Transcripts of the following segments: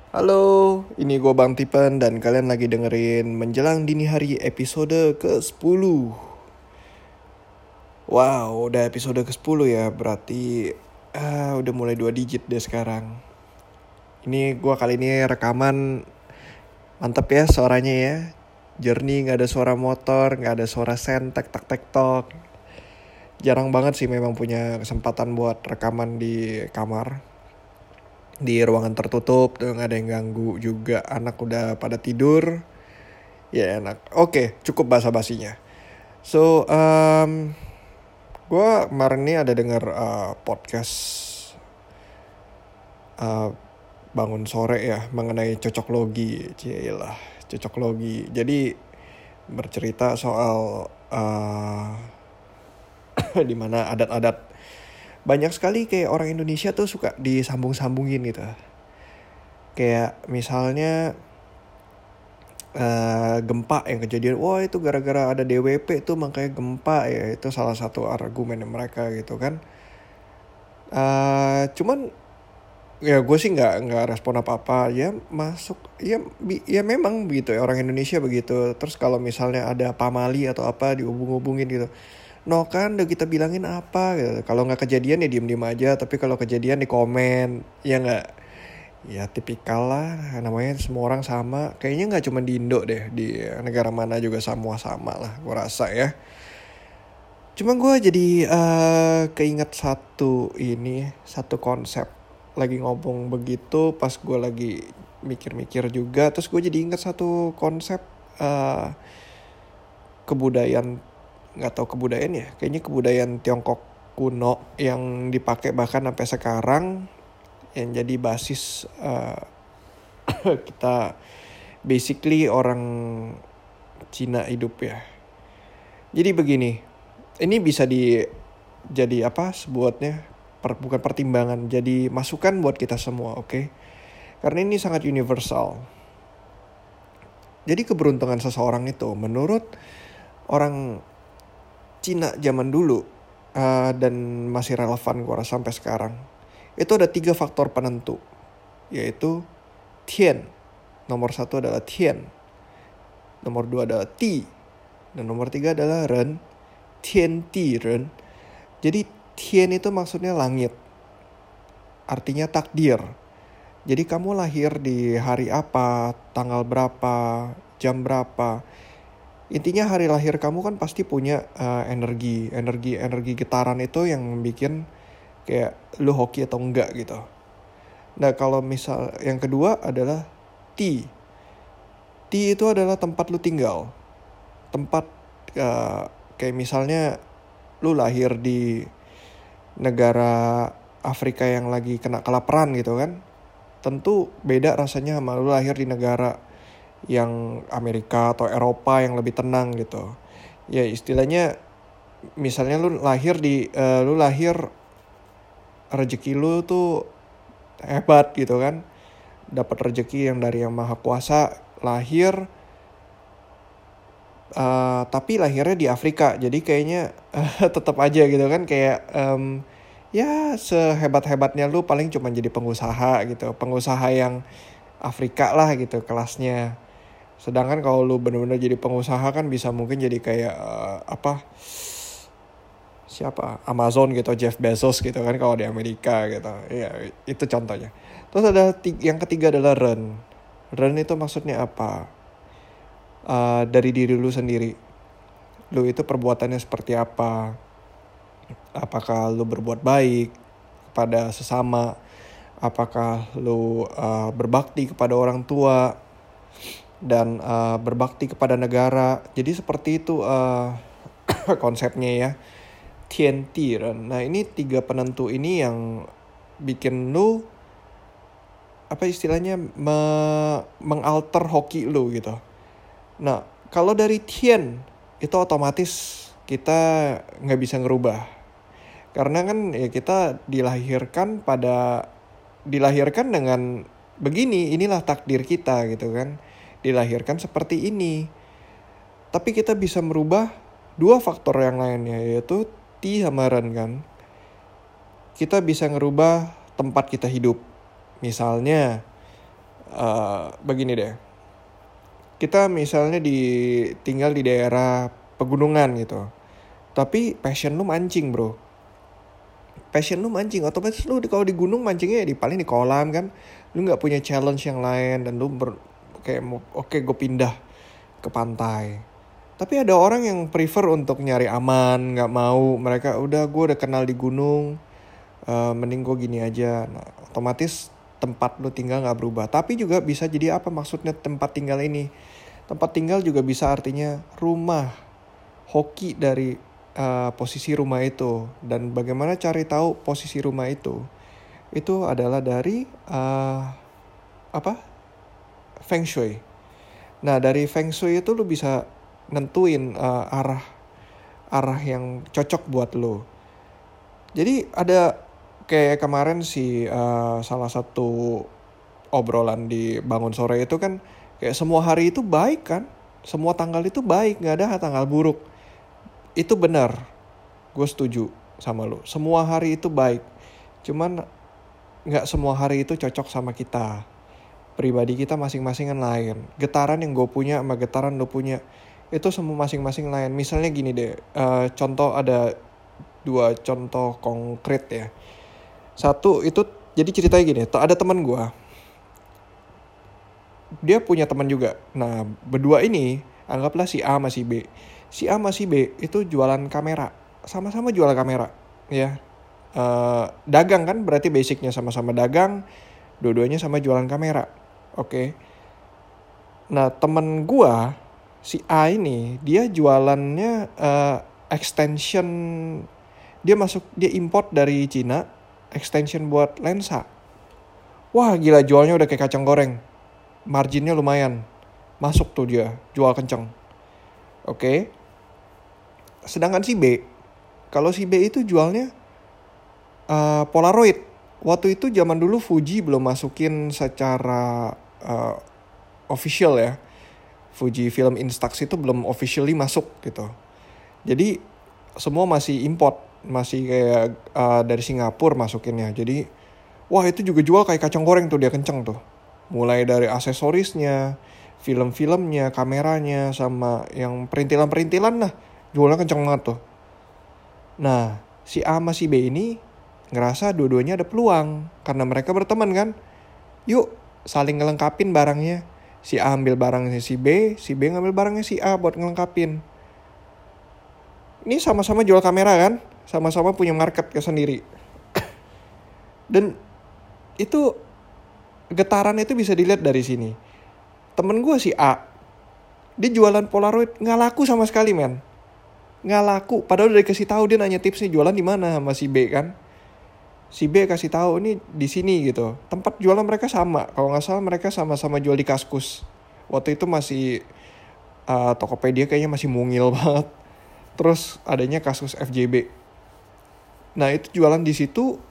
Halo, ini gue Bang Tipen dan kalian lagi dengerin Menjelang Dini Hari episode ke-10. Wow, udah episode ke-10 ya, berarti udah mulai 2 digit deh sekarang. Ini gue kali ini rekaman mantep ya suaranya ya. Jernih, gak ada suara motor, gak ada suara sen, tek tok. Jarang banget sih memang punya kesempatan buat rekaman di kamar. Di ruangan tertutup, tuh gak ada yang ganggu juga. Anak udah pada tidur. Ya enak. Oke, cukup basa-basinya. So, gue kemarin nih ada denger podcast uh, bangun sore ya mengenai cocok logi, cielah cocok logi. Jadi bercerita soal dimana adat-adat banyak sekali kayak orang Indonesia tuh suka disambung-sambungin gitu. Kayak misalnya gempa yang kejadian, wah itu gara-gara ada DWP tuh makanya gempa ya, itu salah satu argumen mereka gitu kan. Cuman ya gue sih nggak respon apa-apa ya, masuk ya ya memang begitu ya, orang Indonesia begitu. Terus kalau misalnya ada pamali atau apa dihubung-hubungin gitu, no kan udah kita bilangin apa gitu. Kalau nggak kejadian ya diem-diem aja, tapi kalau kejadian di komen ya nggak. Ya tipikal lah, namanya semua orang sama. Kayaknya nggak cuma di Indo deh, di negara mana juga semua sama lah, gue rasa ya. Cuma gue jadi keinget satu konsep. Lagi ngomong begitu, pas gue lagi mikir-mikir juga, terus gue jadi inget satu konsep kebudayaan, nggak tahu kebudayaan ya, kayaknya kebudayaan Tiongkok kuno yang dipakai bahkan sampai sekarang, yang jadi basis kita basically orang Cina hidup ya. Jadi begini, ini bisa jadi apa sebuatnya, bukan pertimbangan, jadi masukan buat kita semua, oke? Karena ini sangat universal. Jadi keberuntungan seseorang itu menurut orang Cina zaman dulu, dan masih relevan gue rasa sampai sekarang, itu ada 3 faktor penentu, yaitu Tian. Nomor 1 adalah Tian, nomor 2 adalah Ti, dan nomor 3 adalah Ren. Tian, Ti, Ren. Jadi Tian itu maksudnya langit, artinya takdir. Jadi kamu lahir di hari apa, tanggal berapa, jam berapa, intinya hari lahir kamu kan pasti punya energi getaran itu yang bikin kayak lu hoki atau enggak gitu. Nah kalau misal yang kedua adalah Ti. Ti itu adalah tempat lu tinggal. Tempat kayak misalnya lu lahir di negara Afrika yang lagi kena kelaparan gitu kan. Tentu beda rasanya sama lu lahir di negara yang Amerika atau Eropa yang lebih tenang gitu. Ya istilahnya misalnya lu lahir rezeki lu tuh hebat gitu kan. Dapat rezeki yang dari Yang Maha Kuasa, lahir tapi lahirnya di Afrika. Jadi kayaknya tetap aja gitu kan, kayak ya sehebat-hebatnya lu paling cuma jadi pengusaha gitu. Pengusaha yang Afrika lah gitu kelasnya. Sedangkan kalau lu bener-bener jadi pengusaha kan bisa mungkin jadi kayak siapa, Amazon gitu, Jeff Bezos gitu kan kalau di Amerika gitu. Ya itu contohnya. Terus ada yang ketiga adalah Ren. Ren itu maksudnya apa? Dari diri lu sendiri. Lu itu perbuatannya seperti apa? Apakah lu berbuat baik kepada sesama? Apakah lu berbakti kepada orang tua dan berbakti kepada negara? Jadi seperti itu konsepnya ya. TNT. Nah ini 3 penentu ini yang bikin lu apa istilahnya mengalter hoki lu gitu. Nah kalau dari Tien itu otomatis kita nggak bisa ngerubah, karena kan ya kita dilahirkan dengan begini, inilah takdir kita gitu kan, dilahirkan seperti ini. Tapi kita bisa merubah 2 faktor yang lainnya, yaitu Ti sama Ren kan. Kita bisa ngerubah tempat kita hidup. Misalnya Begini deh, kita misalnya tinggal di daerah pegunungan gitu, tapi passion lu mancing bro. Passion lu mancing, otomatis lu kalau di gunung mancingnya ya paling di kolam kan. Lu nggak punya challenge yang lain dan lu kayak oke gue pindah ke pantai. Tapi ada orang yang prefer untuk nyari aman, nggak mau, mereka gue udah kenal di gunung, mending gue gini aja. Nah, otomatis tempat lu tinggal nggak berubah. Tapi juga bisa jadi apa maksudnya tempat tinggal ini? Tempat tinggal juga bisa artinya rumah, hoki dari posisi rumah itu. Dan bagaimana cari tahu posisi rumah itu adalah dari Feng Shui. Nah dari Feng Shui itu lu bisa nentuin arah yang cocok buat lu. Jadi ada kayak kemarin salah satu obrolan di Bangun Sore itu kan kayak semua hari itu baik kan, semua tanggal itu baik, nggak ada tanggal buruk. Itu benar, gue setuju sama lu. Semua hari itu baik, cuman nggak semua hari itu cocok sama kita. Pribadi kita masing-masing kan lain. Getaran yang gue punya sama getaran lo punya itu semua masing-masing lain. Misalnya gini deh, contoh ada 2 contoh konkret ya. Satu itu jadi ceritanya gini, ada teman gue, dia punya teman juga. Nah berdua ini anggaplah si A sama si B. Si A sama si B itu jualan kamera, sama-sama jual kamera ya. Dagang kan, berarti basicnya sama-sama dagang, dua-duanya sama jualan kamera. Oke. Nah temen gua si A ini dia jualannya extension, dia import dari Cina, extension buat lensa. Wah gila, jualnya udah kayak kacang goreng, marginnya lumayan, masuk tuh dia jual kenceng. Oke. Sedangkan si B, kalau si B itu jualnya Polaroid. Waktu itu zaman dulu Fuji belum masukin secara official ya. Fuji Film Instax itu belum officially masuk gitu. Jadi semua masih import, masih kayak dari Singapura masukinnya. Jadi wah itu juga jual kayak kacang goreng tuh, dia kenceng tuh. Mulai dari aksesorisnya, film-filmnya, kameranya, sama yang perintilan-perintilan lah, jualnya kenceng banget tuh. Nah si A sama si B ini ngerasa dua-duanya ada peluang karena mereka berteman kan. Yuk saling ngelengkapin barangnya. Si A ambil barangnya si B ngambil barangnya si A buat ngelengkapin. Ini sama-sama jual kamera kan, sama-sama punya market sendiri. Dan itu getaran itu bisa dilihat dari sini. Temen gue si A, dia jualan Polaroid nggak laku sama sekali men, nggak laku. Padahal udah dikasih tahu, dia nanya tipsnya jualan di mana sama si B kan. Si B kasih tahu ini di sini gitu. Tempat jualan mereka sama. Kalau nggak salah mereka sama-sama jual di Kaskus. Waktu itu masih Tokopedia kayaknya masih mungil banget. Terus adanya Kaskus FJB. Nah itu jualan di situ.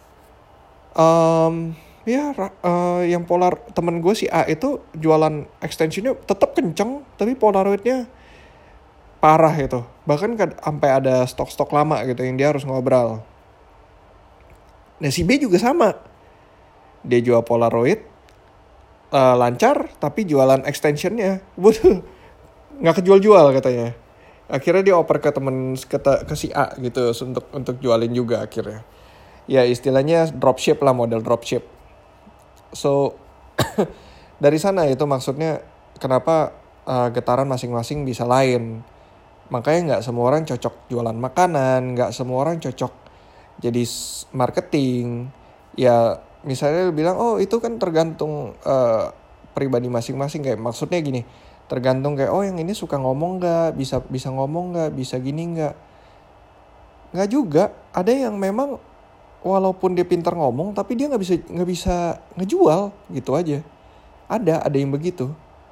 Yang Polar temen gue si A itu jualan extensionnya tetap kenceng, tapi Polaroidnya parah itu. Bahkan sampai ada stok-stok lama gitu yang dia harus ngobrol. Nah si B juga sama, dia jual Polaroid lancar, tapi jualan extensionnya waduh nggak kejual-jual katanya. Akhirnya dia oper ke ke si A gitu untuk jualin juga akhirnya. Ya istilahnya dropship lah, model dropship. So dari sana itu maksudnya kenapa getaran masing-masing bisa lain. Makanya nggak semua orang cocok jualan makanan, nggak semua orang cocok jadi marketing. Ya misalnya bilang oh itu kan tergantung pribadi masing-masing, kayak maksudnya gini, tergantung kayak yang ini suka ngomong nggak, bisa ngomong nggak, bisa gini nggak juga. Ada yang memang walaupun dia pintar ngomong tapi dia nggak bisa ngejual gitu aja. Ada yang begitu.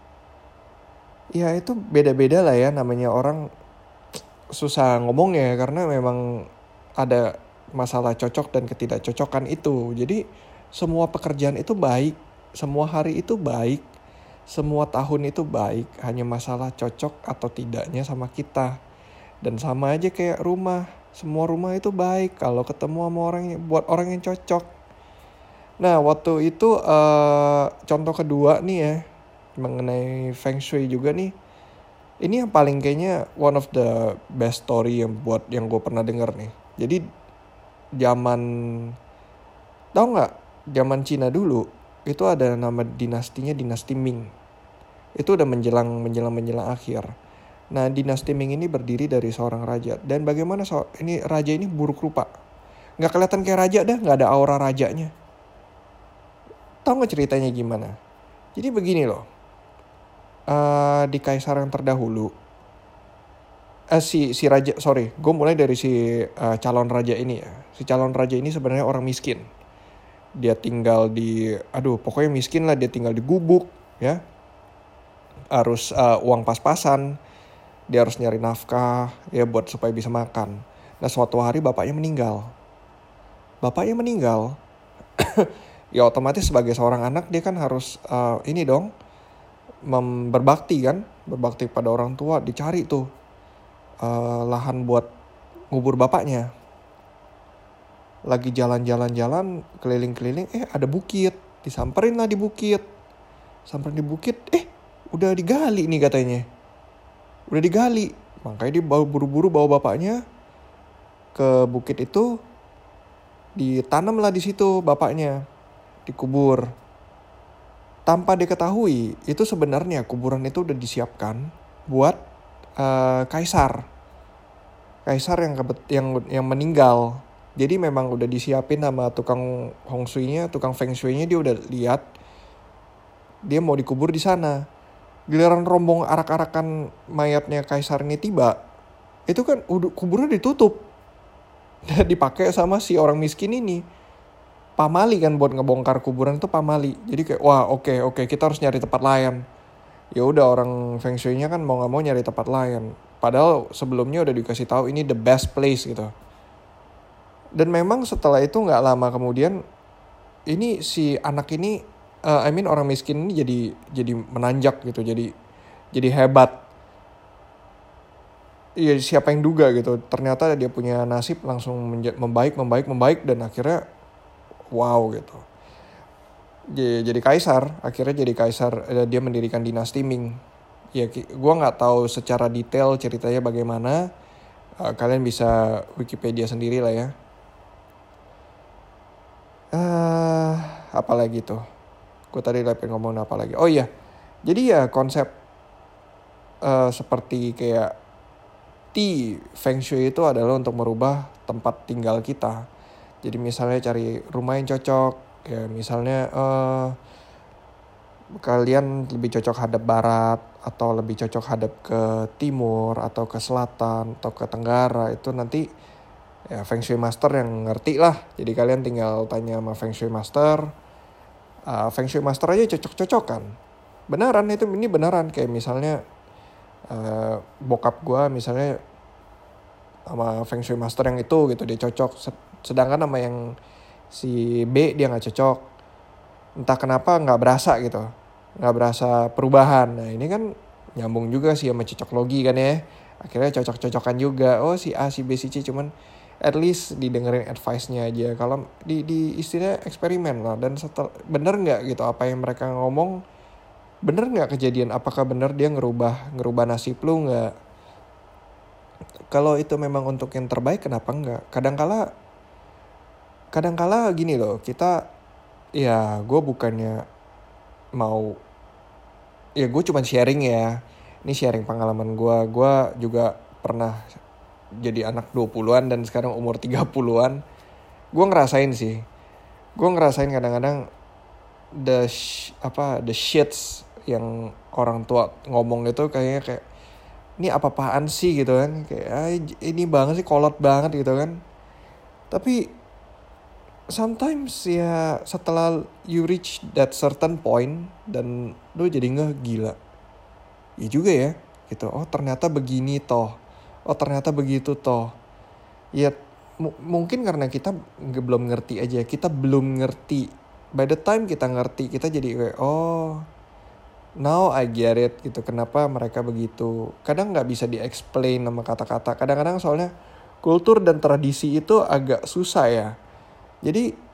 Ya itu beda-beda lah ya, namanya orang susah ngomongnya karena memang ada masalah cocok dan ketidakcocokan itu. Jadi semua pekerjaan itu baik, semua hari itu baik, semua tahun itu baik, hanya masalah cocok atau tidaknya sama kita. Dan sama aja kayak rumah, semua rumah itu baik kalau ketemu sama buat orang yang cocok. Nah, waktu itu contoh kedua nih ya, mengenai Feng Shui juga nih. Ini yang paling kayaknya one of the best story yang gue pernah denger nih. Jadi zaman, tau nggak? Zaman Cina dulu itu ada nama dinastinya dinasti Ming. Itu udah menjelang akhir. Nah, dinasti Ming ini berdiri dari seorang raja. Dan bagaimana ini raja ini buruk rupa. Nggak kelihatan kayak raja dah, nggak ada aura rajanya. Tahu nggak ceritanya gimana? Jadi begini loh. Di kaisar yang terdahulu, si raja, sorry, gue mulai dari si calon raja ini ya. Si calon raja ini sebenarnya orang miskin. Dia tinggal di, pokoknya miskin lah. Dia tinggal di gubuk, ya. Harus uang pas-pasan. Dia harus nyari nafkah, ya, buat supaya bisa makan. Nah, suatu hari bapaknya meninggal. Ya otomatis sebagai seorang anak dia kan harus ini dong, berbakti pada orang tua. Dicari tuh lahan buat ngubur bapaknya. Lagi jalan-jalan keliling-keliling, ada bukit. Disamperin lah di bukit. Udah digali nih katanya. Makanya dia buru-buru bawa bapaknya ke bukit itu. Ditanam lah di situ bapaknya, dikubur. Tanpa diketahui, itu sebenarnya kuburan itu udah disiapkan buat kaisar yang meninggal. Jadi memang udah disiapin sama tukang Feng Shui-nya dia udah lihat dia mau dikubur di sana. Giliran rombong arak-arakan mayatnya kaisar ini tiba, itu kan udah kuburnya ditutup. Dan dipakai sama si orang miskin ini. Pamali kan buat ngebongkar kuburan itu pamali. Jadi kayak wah oke, kita harus nyari tempat lain. Ya udah, orang Feng Shui-nya kan mau nggak mau nyari tempat lain. Padahal sebelumnya udah dikasih tahu ini the best place gitu. Dan memang setelah itu nggak lama kemudian ini si anak ini, orang miskin ini jadi menanjak gitu, jadi hebat. Iya, siapa yang duga gitu. Ternyata dia punya nasib langsung membaik dan akhirnya wow gitu. Akhirnya jadi kaisar. Dia mendirikan dinasti Ming. Ya, gue nggak tahu secara detail ceritanya bagaimana. Kalian bisa Wikipedia sendiri lah ya. Apalagi tuh? Gue tadi pengen ngomongin apa lagi? Oh iya, jadi ya konsep seperti kayak Feng Shui itu adalah untuk merubah tempat tinggal kita. Jadi misalnya cari rumah yang cocok. Ya misalnya kalian lebih cocok hadap barat, atau lebih cocok hadap ke timur, atau ke selatan, atau ke tenggara. Itu nanti ya Feng Shui Master yang ngerti lah. Jadi kalian tinggal tanya sama Feng Shui Master. Feng Shui Master aja cocok-cocokan. Ini beneran. Kayak misalnya bokap gue misalnya sama Feng Shui Master yang itu gitu, dia cocok. Sedangkan sama yang si B dia nggak cocok. Entah kenapa nggak berasa gitu, nggak berasa perubahan. Nah ini kan nyambung juga sih sama cocok logi kan ya. Akhirnya cocok-cocokan juga. Oh si A, si B, si C, cuman at least didengerin advice-nya aja. Kalau di istilahnya eksperimen lah. Dan bener nggak gitu apa yang mereka ngomong, bener nggak kejadian? Apakah bener dia ngerubah nasib lu nggak? Kalau itu memang untuk yang terbaik, kenapa enggak? Kadangkala gini loh, kita, ya gue bukannya mau, ya gue cuma sharing ya. Ini sharing pengalaman gue. Gue juga pernah jadi anak 20-an dan sekarang umur 30-an. Gue ngerasain kadang-kadang the shits yang orang tua ngomong itu kayaknya kayak ini apa-apaan sih gitu kan, kayak ini banget sih, kolot banget gitu kan. Tapi sometimes ya setelah you reach that certain point dan lu jadi gila. Ya juga ya gitu. Oh ternyata begini toh. Oh ternyata begitu toh. Ya mungkin karena kita belum ngerti aja. Kita belum ngerti. By the time kita ngerti, kita jadi kayak oh now I get it gitu, kenapa mereka begitu. Kadang gak bisa di-explain sama kata-kata. Kadang-kadang soalnya kultur dan tradisi itu agak susah ya. Jadi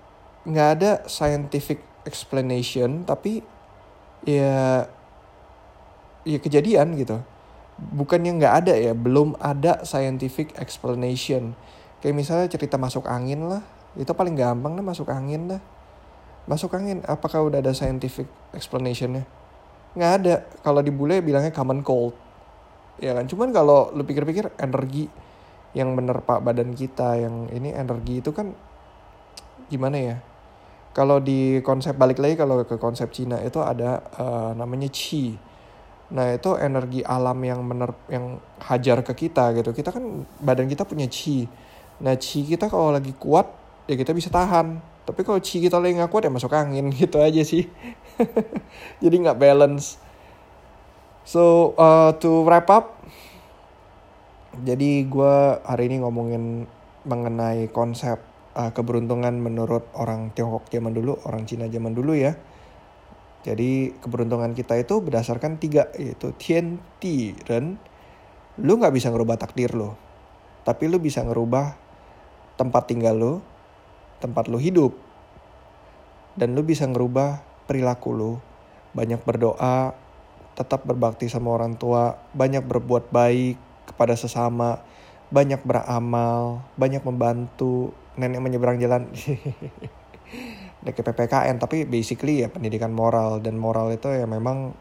nggak ada scientific explanation, tapi ya kejadian gitu. Bukannya nggak ada ya, belum ada scientific explanation. Kayak misalnya cerita masuk angin lah, itu paling gampang lah, masuk angin lah. Masuk angin, apakah udah ada scientific explanationnya? Nggak ada. Kalau di bule bilangnya common cold, ya kan. Cuman kalau lu pikir-pikir, energi yang menerpa badan kita, yang ini energi itu kan gimana ya? Kalau di konsep, balik lagi kalau ke konsep Cina itu ada namanya qi. Nah itu energi alam yang yang hajar ke kita gitu. Kita kan badan kita punya qi. Nah qi kita kalau lagi kuat ya kita bisa tahan. Tapi kalau qi kita lagi nggak kuat ya masuk angin gitu aja sih. Jadi nggak balance. So to wrap up, jadi gue hari ini ngomongin mengenai konsep keberuntungan menurut orang Tiongkok zaman dulu, orang Cina zaman dulu ya. Jadi keberuntungan kita itu berdasarkan 3, yaitu Tian, Ti, Ren. Lu gak bisa ngerubah takdir lu, tapi lu bisa ngerubah tempat tinggal lu, tempat lu hidup. Dan lu bisa ngerubah perilaku lu. Banyak berdoa, tetap berbakti sama orang tua, banyak berbuat baik kepada sesama, banyak beramal, banyak membantu nenek menyeberang jalan. Kayak PPKN, tapi basically ya pendidikan moral. Dan moral itu ya memang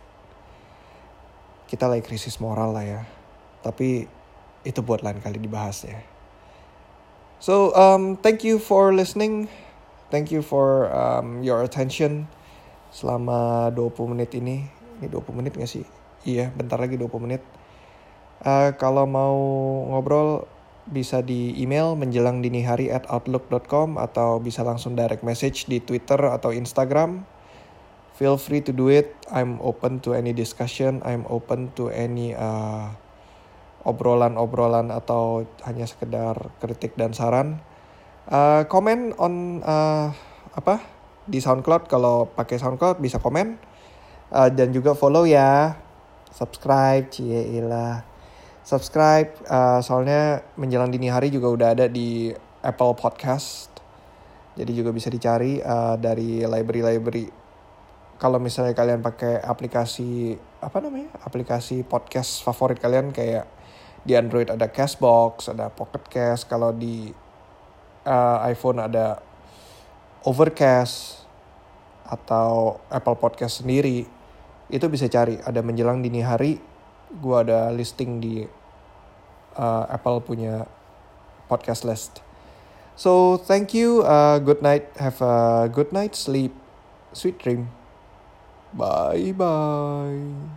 kita lagi krisis moral lah ya. Tapi itu buat lain kali dibahas ya. So thank you for listening. Thank you for your attention selama 20 menit ini. Ini 20 menit gak sih? Iya, bentar lagi 20 menit. Kalau mau ngobrol bisa di email menjelangdinihari@outlook.com atau bisa langsung direct message di Twitter atau Instagram. Feel free to do it. I'm open to any discussion. I'm open to any obrolan-obrolan atau hanya sekedar kritik dan saran. Komen on di SoundCloud. Kalau pakai SoundCloud bisa komen. Dan juga follow ya. Subscribe, cielah. Subscribe, soalnya menjelang dini hari juga udah ada di Apple Podcast. Jadi juga bisa dicari dari library. Kalau misalnya kalian pakai aplikasi aplikasi podcast favorit kalian, kayak di Android ada Castbox, ada Pocket Cast. Kalau di iPhone ada Overcast atau Apple Podcast sendiri. Itu bisa cari, ada menjelang dini hari. Gue ada listing di Apple punya podcast list. So thank you, good night, have a good night, sleep, sweet dream, bye bye.